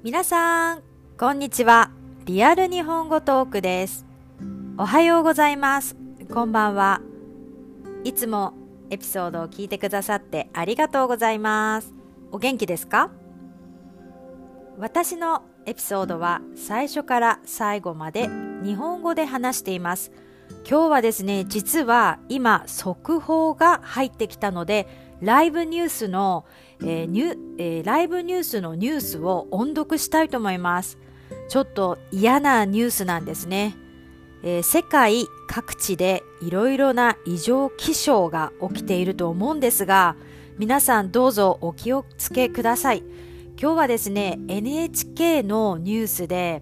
皆さん、こんにちは。リアル日本語トークです。おはようございます。こんばんは。いつもエピソードを聞いてくださってありがとうございます。お元気ですか？私のエピソードは最初から最後まで日本語で話しています。今日はですね、実は今速報が入ってきたので、ライブニュースのニュースを音読したいと思います。ちょっと嫌なニュースなんですね。世界各地でいろいろな異常気象が起きていると思うんですが、皆さんどうぞお気をつけください。今日はですね、NHK のニュースで、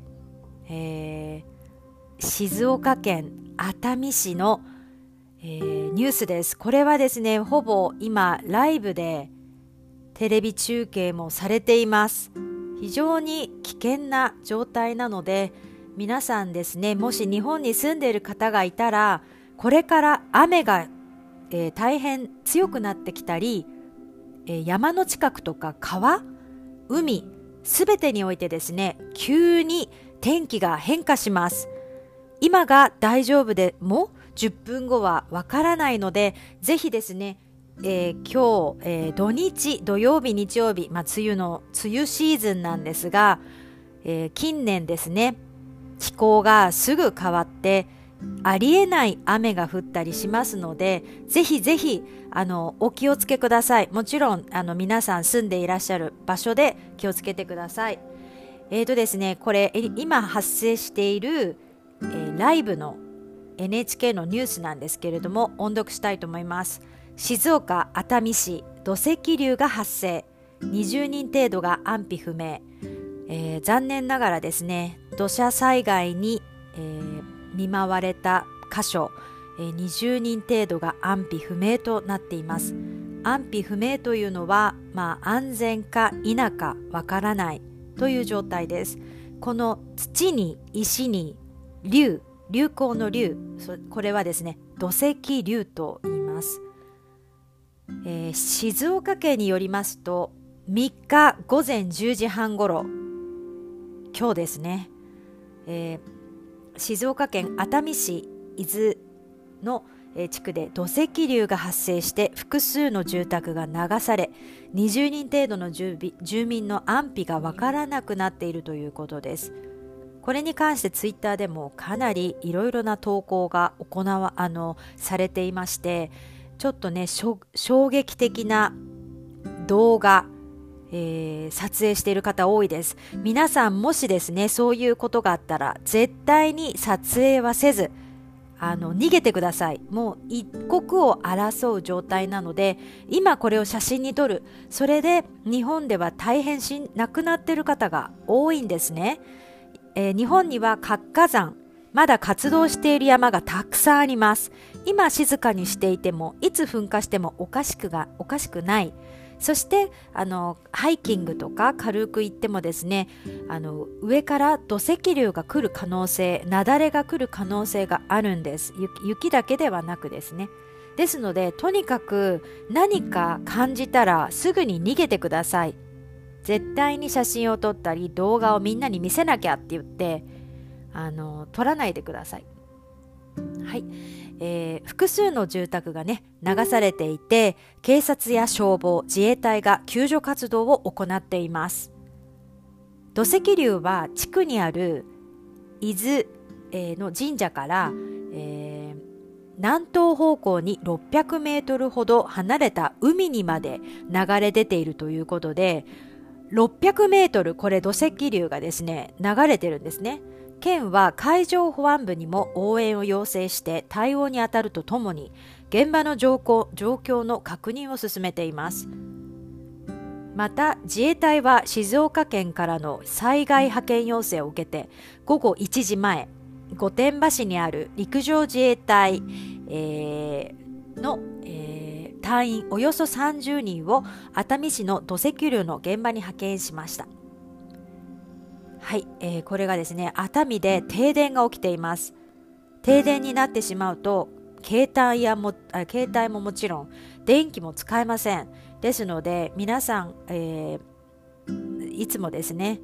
静岡県熱海市のニュースです。これはですね、ほぼ今ライブでテレビ中継もされています。非常に危険な状態なので、皆さんですね、もし日本に住んでいる方がいたら、これから雨が、大変強くなってきたり、山の近くとか川、海、すべてにおいてですね、急に天気が変化します。今が大丈夫でも10分後はわからないので、ぜひですね、今日、土曜日、日曜日、梅雨シーズンなんですが、近年ですね、気候がすぐ変わってありえない雨が降ったりしますので、ぜひぜひお気をつけください。もちろん皆さん住んでいらっしゃる場所で気をつけてください。ですね、これ今発生している、ライブの NHK のニュースなんですけれども、音読したいと思います。静岡熱海市土石流が発生、20人程度が安否不明。残念ながらですね、土砂災害に、見舞われた箇所、20人程度が安否不明となっています。安否不明というのは、安全か否かわからないという状態です。この土に石に流行の流、これはですね、土石流と言います。静岡県によりますと、3日午前10時半ごろ、今日ですね、静岡県熱海市伊豆の地区で土石流が発生して複数の住宅が流され、20人程度の住民の安否がわからなくなっているということです。これに関してツイッターでもかなりいろいろな投稿がされていまして、ちょっとね、衝撃的な動画、撮影している方多いです。皆さんもしですね、そういうことがあったら絶対に撮影はせず、逃げてください。もう一刻を争う状態なので、今これを写真に撮る。それで日本では大変亡くなっている方が多いんですね。日本には活火山、まだ活動している山がたくさんあります。今静かにしていても、いつ噴火してもおかしくない。そしてハイキングとか軽く行ってもですね、上から土石流が来る可能性、雪崩が来る可能性があるんです。雪だけではなくですね。ですので、とにかく何か感じたらすぐに逃げてください。絶対に写真を撮ったり動画をみんなに見せなきゃって言って撮らないでください。はい、複数の住宅がね流されていて、警察や消防、自衛隊が救助活動を行っています。土石流は地区にある伊豆、の神社から、南東方向に600メートルほど離れた海にまで流れ出ているということで、600メートル、これ土石流がですね流れてるんですね。県は海上保安部にも応援を要請して対応に当たるとともに、現場の状況の確認を進めています。また自衛隊は静岡県からの災害派遣要請を受けて、午後1時前、御殿場市にある陸上自衛隊、の、隊員およそ30人を熱海市の土石流の現場に派遣しました。はい、これがですね、熱海で停電が起きています。停電になってしまうと携帯ももちろん電気も使えません。ですので皆さん、いつもですね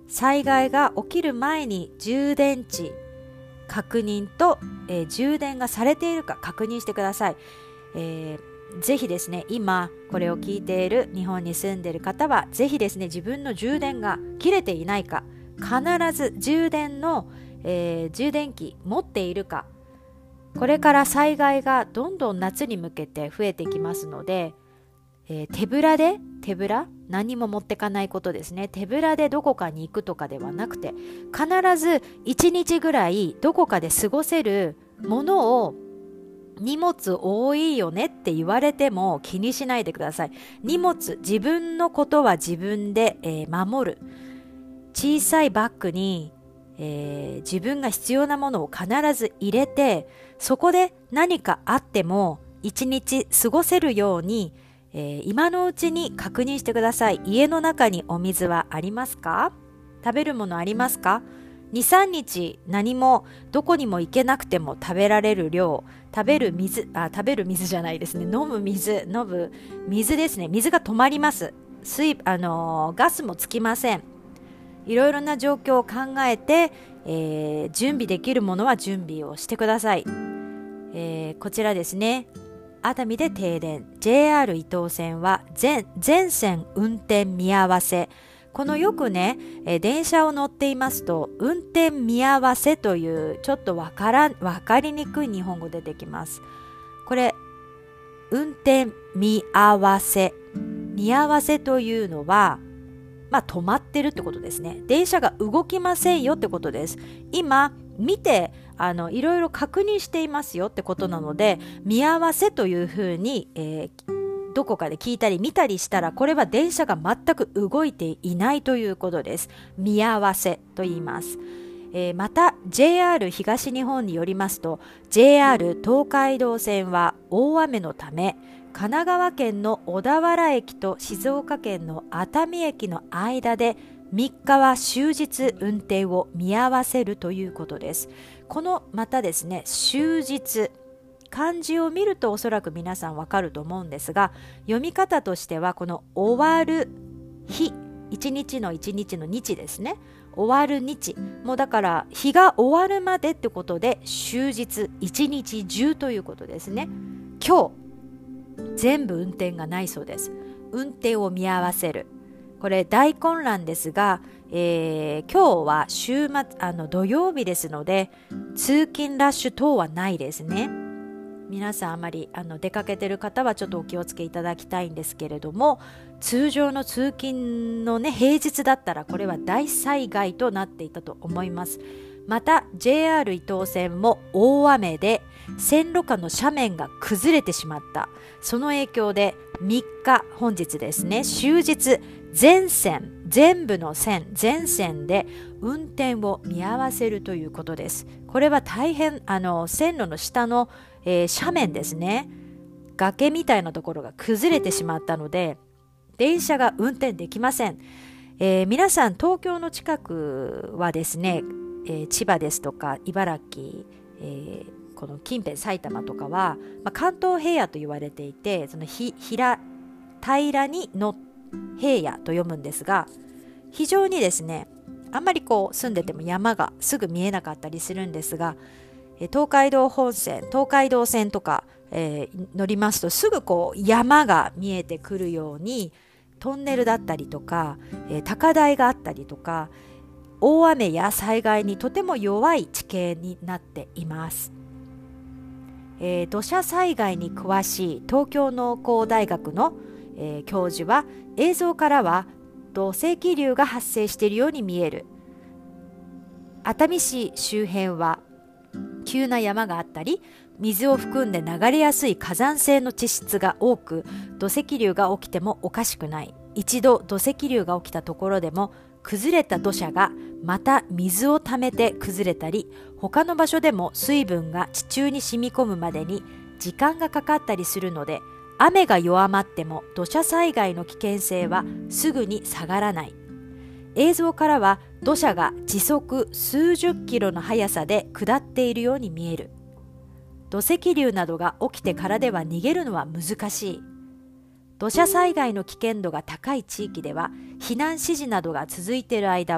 災害が起きる前に充電池確認と、充電がされているか確認してください。ぜひですね、今これを聞いている日本に住んでいる方はぜひですね、自分の充電が切れていないか、必ず充電の、充電器持っているか。これから災害がどんどん夏に向けて増えてきますので、手ぶら何も持ってかないことですね。手ぶらでどこかに行くとかではなくて、必ず1日ぐらいどこかで過ごせるものを、荷物多いよねって言われても気にしないでください。自分のことは自分で、守る。小さいバッグに、自分が必要なものを必ず入れて、そこで何かあっても1日過ごせるように、今のうちに確認してください。家の中にお水はありますか？食べるものありますか？ 2、3 日何もどこにも行けなくても食べられる量、食べる水じゃないですね。飲む水ですね。水が止まります。ガスもつきません。いろいろな状況を考えて、準備できるものは準備をしてください。こちらですね、熱海で停電、 JR 伊東線は全線運転見合わせ。このよくね、電車を乗っていますと運転見合わせというちょっとわかりにくい日本語出てきます。これ運転見合わせというのは、止まってるってことですね。電車が動きませんよってことです。今見ていろいろ確認していますよってことなので、見合わせというふうに、どこかで聞いたり見たりしたら、これは電車が全く動いていないということです。見合わせと言います。また JR 東日本によりますと、 JR 東海道線は大雨のため神奈川県の小田原駅と静岡県の熱海駅の間で3日は終日運転を見合わせるということです。このまたですね、終日、漢字を見るとおそらく皆さんわかると思うんですが、読み方としてはこの終わる日、一日の日ですね。終わる日、もうだから日が終わるまでってことで終日、一日中ということですね。今日全部運転がないそうです。運転を見合わせる、これ大混乱ですが、今日は週末土曜日ですので通勤ラッシュ等はないですね。皆さんあまり出かけてる方はちょっとお気をつけいただきたいんですけれども、通常の通勤のね、平日だったらこれは大災害となっていたと思います。また JR 伊東線も大雨で線路下の斜面が崩れてしまった。その影響で3日、本日ですね、終日全部の線全線で運転を見合わせるということです。これは大変線路の下の、斜面ですね、崖みたいなところが崩れてしまったので電車が運転できません。皆さん東京の近くはですね、千葉ですとか茨城、この近辺埼玉とかは、関東平野と言われていて、その平らにの平野と読むんですが、非常にですね、あんまりこう住んでても山がすぐ見えなかったりするんですが、東海道線とか、乗りますとすぐこう山が見えてくるようにトンネルだったりとか、高台があったりとか、大雨や災害にとても弱い地形になっています。土砂災害に詳しい東京農工大学の、教授は、映像からは土石流が発生しているように見える。熱海市周辺は急な山があったり、水を含んで流れやすい火山性の地質が多く、土石流が起きてもおかしくない。一度土石流が起きたところでも崩れた土砂がまた水を溜めて崩れたり、他の場所でも水分が地中に染み込むまでに時間がかかったりするので、雨が弱まっても土砂災害の危険性はすぐに下がらない。映像からは土砂が時速数十キロの速さで下っているように見える。土石流などが起きてからでは逃げるのは難しい。土砂災害の危険度が高い地域では避難指示などが続いている間は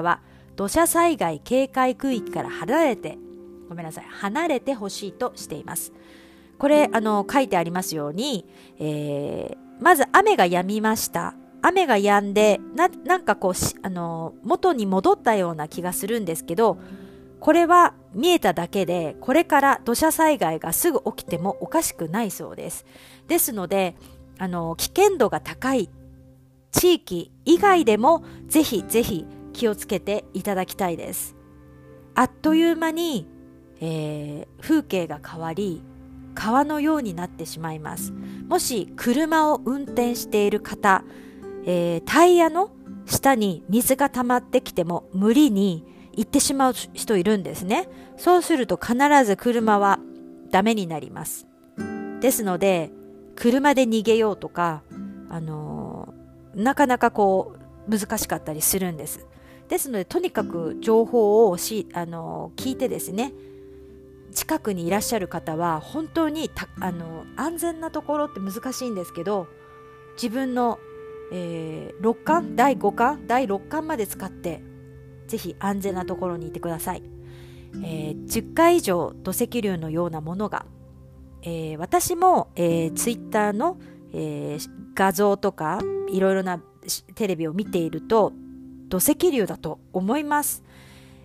土砂災害警戒区域から離れてほしいとしています。これ書いてありますように、まず雨が止みました。雨が止んでなんかこう元に戻ったような気がするんですけど、これは見えただけで、これから土砂災害がすぐ起きてもおかしくないそうです。ですので危険度が高い地域以外でもぜひぜひ気をつけていただきたいです。あっという間に、風景が変わり川のようになってしまいます。もし車を運転している方、タイヤの下に水が溜まってきても無理に行ってしまう人いるんですね。そうすると必ず車はダメになります。ですので車で逃げようとか、なかなかこう難しかったりするんです。ですのでとにかく情報を聞いてですね、近くにいらっしゃる方は本当に安全なところって難しいんですけど、自分の、6巻第5巻第6巻まで使ってぜひ安全なところにいてください。10回以上土石流のようなものが、私も、ツイッターの、画像とかいろいろなテレビを見ていると土石流だと思います。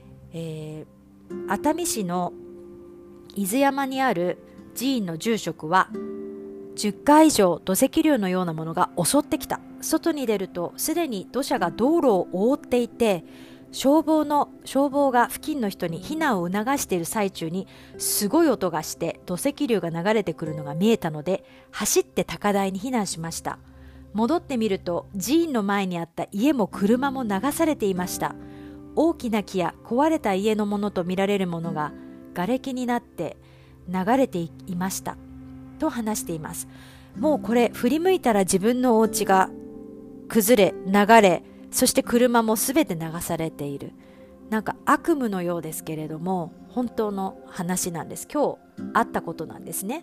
熱海市の伊豆山にある寺院の住職は10回以上土石流のようなものが襲ってきた。外に出るとすでに土砂が道路を覆っていて、消防が付近の人に避難を促している最中にすごい音がして土石流が流れてくるのが見えたので、走って高台に避難しました。戻ってみると寺院の前にあった家も車も流されていました。大きな木や壊れた家のものとみられるものが瓦礫になって流れていましたと話しています。もうこれ振り向いたら自分のお家が崩れ流れ、そして車もすべて流されている。なんか悪夢のようですけれども本当の話なんです。今日あったことなんですね。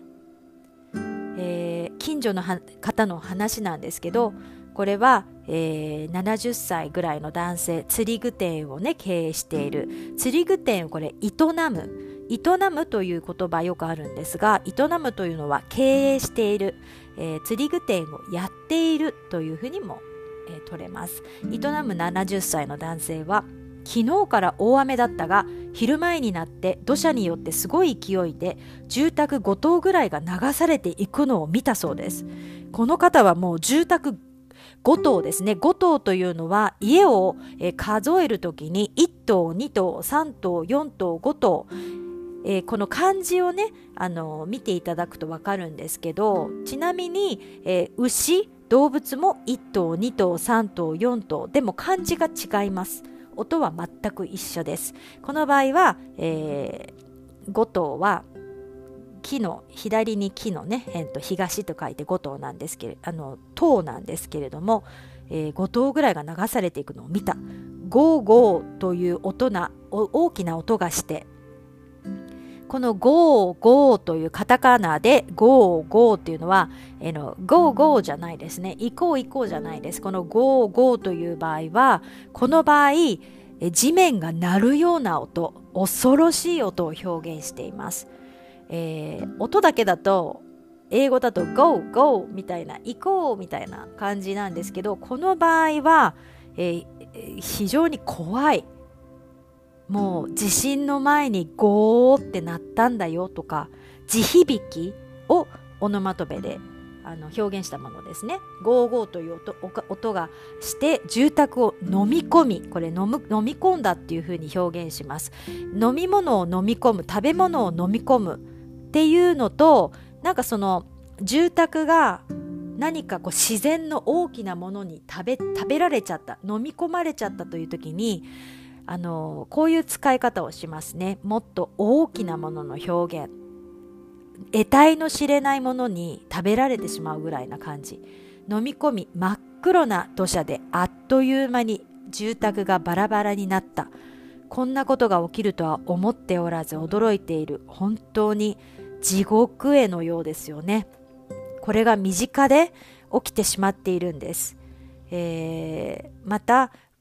近所の方の話なんですけど、これは、70歳ぐらいの男性、釣り具店をね経営している。釣り具店をこれ営むという言葉よくあるんですが、営むというのは経営している、釣り具店をやっているというふうにも、取れます。営む70歳の男性は昨日から大雨だったが昼前になって土砂によってすごい勢いで住宅5棟ぐらいが流されていくのを見たそうです。この方はもう住宅5棟ですね。5棟というのは家を数えるときに1棟2棟3棟4棟5棟、この漢字をね見ていただくと分かるんですけど、ちなみに、動物も1頭2頭3頭4頭でも漢字が違います。音は全く一緒です。この場合は、5頭は木の左に木のね、東と書いて5頭なんですけれど塔なんですけれども、5頭ぐらいが流されていくのを見た。ゴーゴーという大きな音がして、このゴーゴーというカタカナでゴーゴーっていうのはゴーゴーじゃないですね。行こう行こうじゃないです。このゴーゴーという場合は、この場合地面が鳴るような音、恐ろしい音を表現しています。音だけだと英語だと go go みたいな、行こうみたいな感じなんですけど、この場合は、非常に怖い。もう地震の前にゴーって鳴ったんだよとか、地響きをオノマトペで表現したものですね。ゴーゴーという音がして住宅を飲み込み、これ飲み込んだっていうふうに表現します。飲み物を飲み込む、食べ物を飲み込むっていうのと、なんかその住宅が何かこう自然の大きなものに食べられちゃった、飲み込まれちゃったという時にこういう使い方をしますね。もっと大きなものの表現、得体の知れないものに食べられてしまうぐらいな感じ。飲み込み、真っ黒な土砂であっという間に住宅がバラバラになった。こんなことが起きるとは思っておらず驚いている。本当に地獄絵のようですよね。これが身近で起きてしまっているんです。また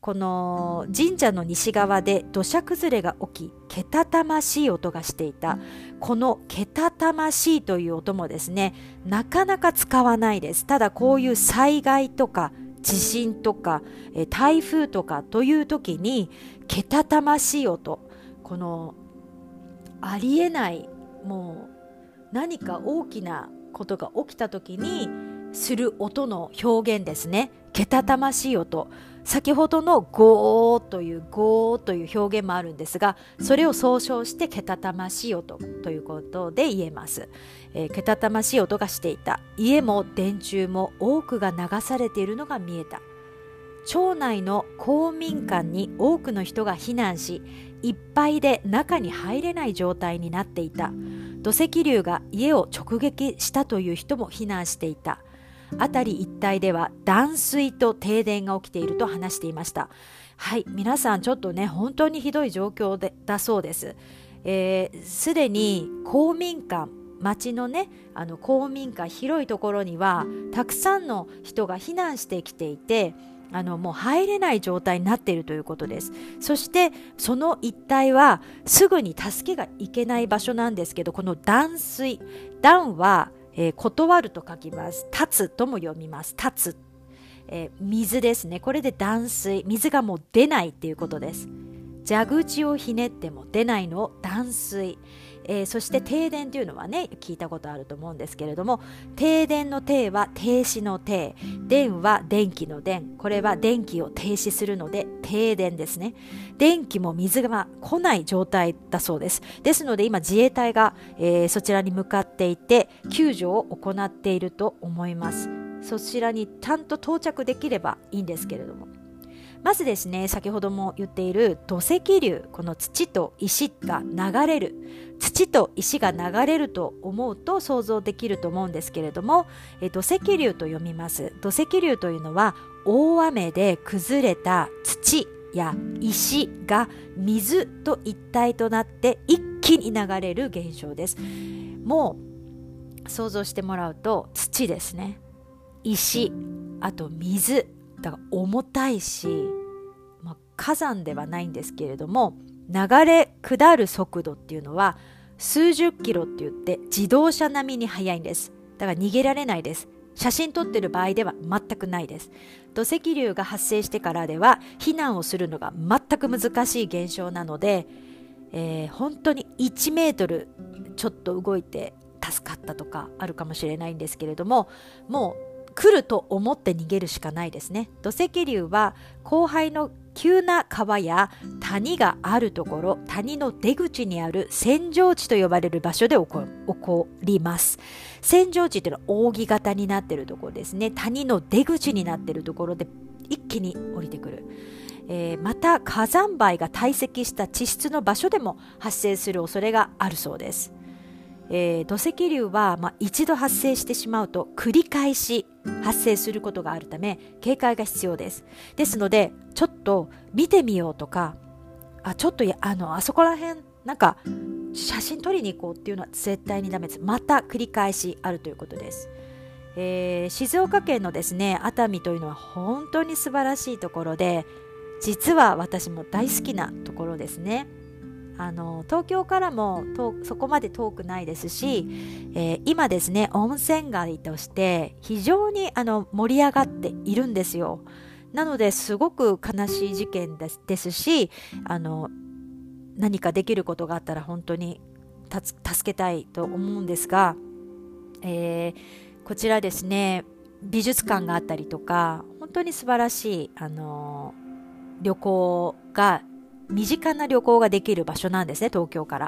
この神社の西側で土砂崩れが起き、けたたましい音がしていた。このけたたましいという音もですね、なかなか使わないです。ただこういう災害とか地震とか台風とかという時に、けたたましい音、このありえない、もう何か大きなことが起きた時にする音の表現ですね。けたたましい音、先ほどのゴーという表現もあるんですが、それを総称してけたたましい音ということで言えます。けたたましい音がしていた。家も電柱も多くが流されているのが見えた。町内の公民館に多くの人が避難し、いっぱいで中に入れない状態になっていた。土石流が家を直撃したという人も避難していた。辺り一帯では断水と停電が起きていると話していました。はい、皆さんちょっとね、本当にひどい状況だそうです。すでに公民館、町のね、公民館、広いところにはたくさんの人が避難してきていて、もう入れない状態になっているということです。そしてその一帯はすぐに助けがいけない場所なんですけど、この断水、断は断ると書きます。立つとも読みます。立つ、水ですね。これで断水、水がもう出ないっていうことです。蛇口をひねっても出ないのを断水、そして停電というのはね、聞いたことあると思うんですけれども、停電の停は停止の停、電は電気の電、これは電気を停止するので停電ですね。電気も水が来ない状態だそうです。ですので今自衛隊が、そちらに向かっていて救助を行っていると思います。そちらにちゃんと到着できればいいんですけれども、まずですね、先ほども言っている土石流、この土と石が流れる、土と石が流れると思うと想像できると思うんですけれども、土石流と読みます。土石流というのは大雨で崩れた土や石が水と一体となって一気に流れる現象です。もう想像してもらうと、土ですね、石、あと水だから重たいし、火山ではないんですけれども、流れ下る速度っていうのは数十キロって言って自動車並みに速いんです。だから逃げられないです。写真撮ってる場合では全くないです。土石流が発生してからでは避難をするのが全く難しい現象なので、本当に1メートルちょっと動いて助かったとかあるかもしれないんですけれども、もう来ると思って逃げるしかないですね。土石流は降灰の急な川や谷があるところ、谷の出口にある扇状地と呼ばれる場所で起こります。扇状地というのは扇形になっているところですね。谷の出口になっているところで一気に降りてくる。また火山灰が堆積した地質の場所でも発生する恐れがあるそうです。土石流は、一度発生してしまうと繰り返し発生することがあるため警戒が必要です。ですのでちょっと見てみようとか、ちょっとあそこら辺なんか写真撮りに行こうっていうのは絶対にダメです。また繰り返しあるということです。静岡県のですね、熱海というのは本当に素晴らしいところで、実は私も大好きなところですね。東京からもそこまで遠くないですし、今ですね、温泉街として非常に盛り上がっているんですよ。なのですごく悲しい事件ですし、何かできることがあったら本当に助けたいと思うんですが、こちらですね、美術館があったりとか、本当に素晴らしい旅行が、身近な旅行ができる場所なんですね、東京から。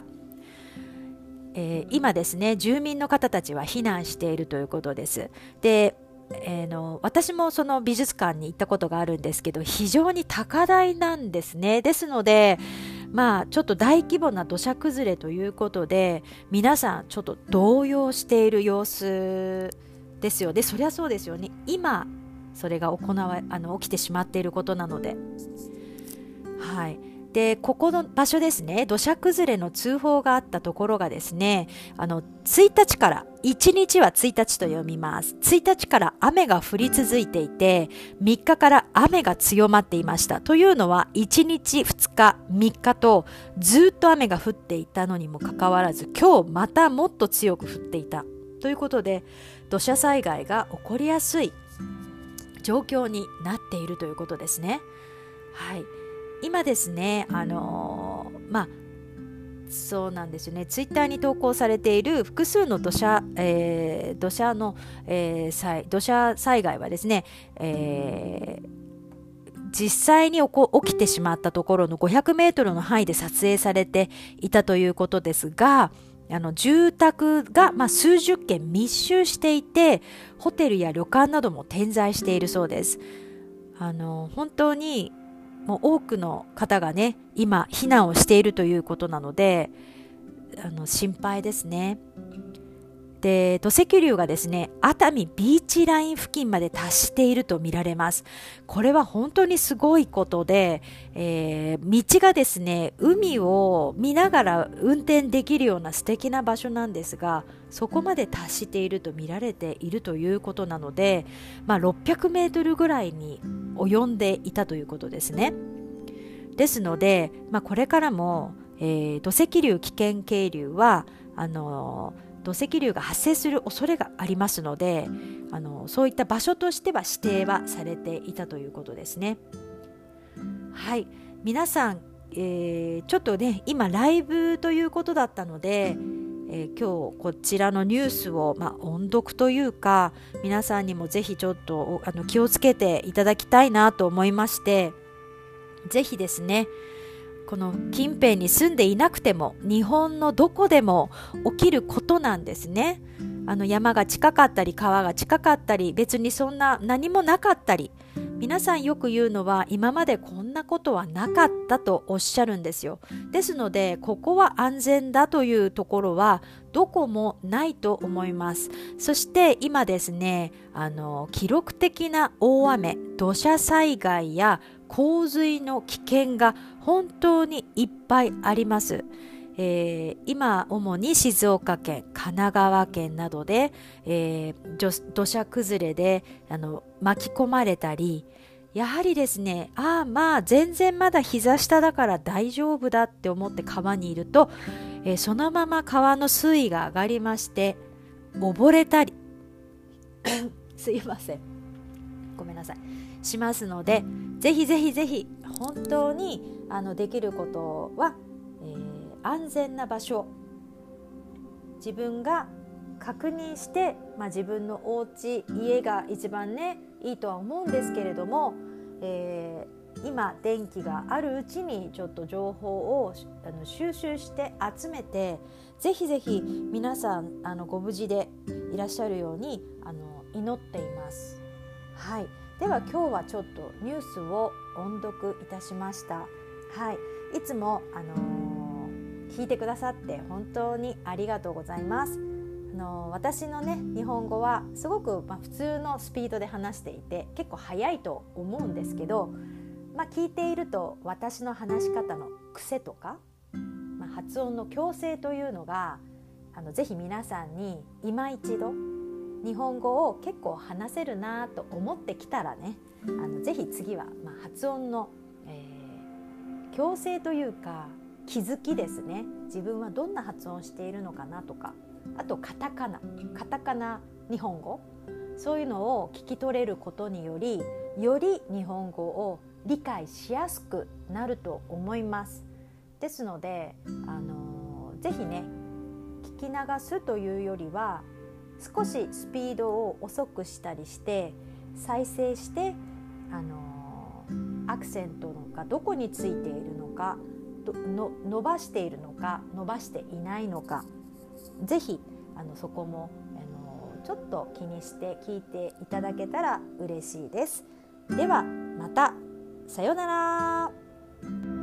今ですね、住民の方たちは避難しているということです。で、私もその美術館に行ったことがあるんですけど、非常に高台なんですね。ですので、ちょっと大規模な土砂崩れということで、皆さんちょっと動揺している様子ですよ。で、そりゃそうですよね。今それが起きてしまっていることなので、はい。 でここの場所ですね、土砂崩れの通報があったところがですね、1日から、1日は1日と読みます。1日から雨が降り続いていて、3日から雨が強まっていました。というのは、1日、2日、3日とずっと雨が降っていたのにもかかわらず、今日またもっと強く降っていた。ということで、土砂災害が起こりやすい状況になっているということですね。はい。今ですね、そうなんですよね、ツイッターに投稿されている複数の土砂災害はですね、実際に起きてしまったところの500メートルの範囲で撮影されていたということですが、住宅が、数十軒密集していて、ホテルや旅館なども点在しているそうです。本当にもう多くの方がね、今避難をしているということなので、心配ですね。で、土石流がですね、熱海ビーチライン付近まで達していると見られます。これは本当にすごいことで、道がですね、海を見ながら運転できるような素敵な場所なんですが、そこまで達していると見られているということなので、600メートルぐらいに及んでいたということですね。ですので、これからも、土石流危険渓流は土石流が発生する恐れがありますので、そういった場所としては指定はされていたということですね。はい、皆さん、ちょっとね、今ライブということだったので、今日こちらのニュースを、音読というか、皆さんにもぜひちょっと気をつけていただきたいなと思いまして、ぜひですね、この近辺に住んでいなくても日本のどこでも起きることなんですね。山が近かったり川が近かったり、別にそんな何もなかったり、皆さんよく言うのは、今までこんなことはなかったとおっしゃるんですよ。ですので、ここは安全だというところはどこもないと思います。そして今ですね、記録的な大雨、土砂災害や洪水の危険が本当にいっぱいあります。今主に静岡県、神奈川県などで、土砂崩れで巻き込まれたり、やはりですね、全然まだ膝下だから大丈夫だって思って川にいると、そのまま川の水位が上がりまして溺れたりすいません、ごめんなさい、しますので、ぜひぜひぜひ本当にできることは、安全な場所、自分が確認して、自分のお家、家が一番ねいいとは思うんですけれども、今電気があるうちにちょっと情報を収集して集めて、ぜひぜひ皆さんご無事でいらっしゃるように祈っています。はい、では今日はちょっとニュースを音読いたしました。はい、いつも聞いてくださって本当にありがとうございます。私のね日本語はすごく、普通のスピードで話していて結構早いと思うんですけど、聞いていると私の話し方の癖とか、発音の矯正というのがぜひ皆さんに今一度日本語を結構話せるなと思ってきたらね、ぜひ次は、発音の、矯正というか気づきですね。自分はどんな発音しているのかなとか、あとカタカナ日本語、そういうのを聞き取れることにより日本語を理解しやすくなると思います。ですのでぜひね、聞き流すというよりは少しスピードを遅くしたりして再生してアクセントがどこについているのか、伸ばしているのか伸ばしていないのか、ぜひそこもちょっと気にして聞いていただけたら嬉しいです。ではまた、さようなら。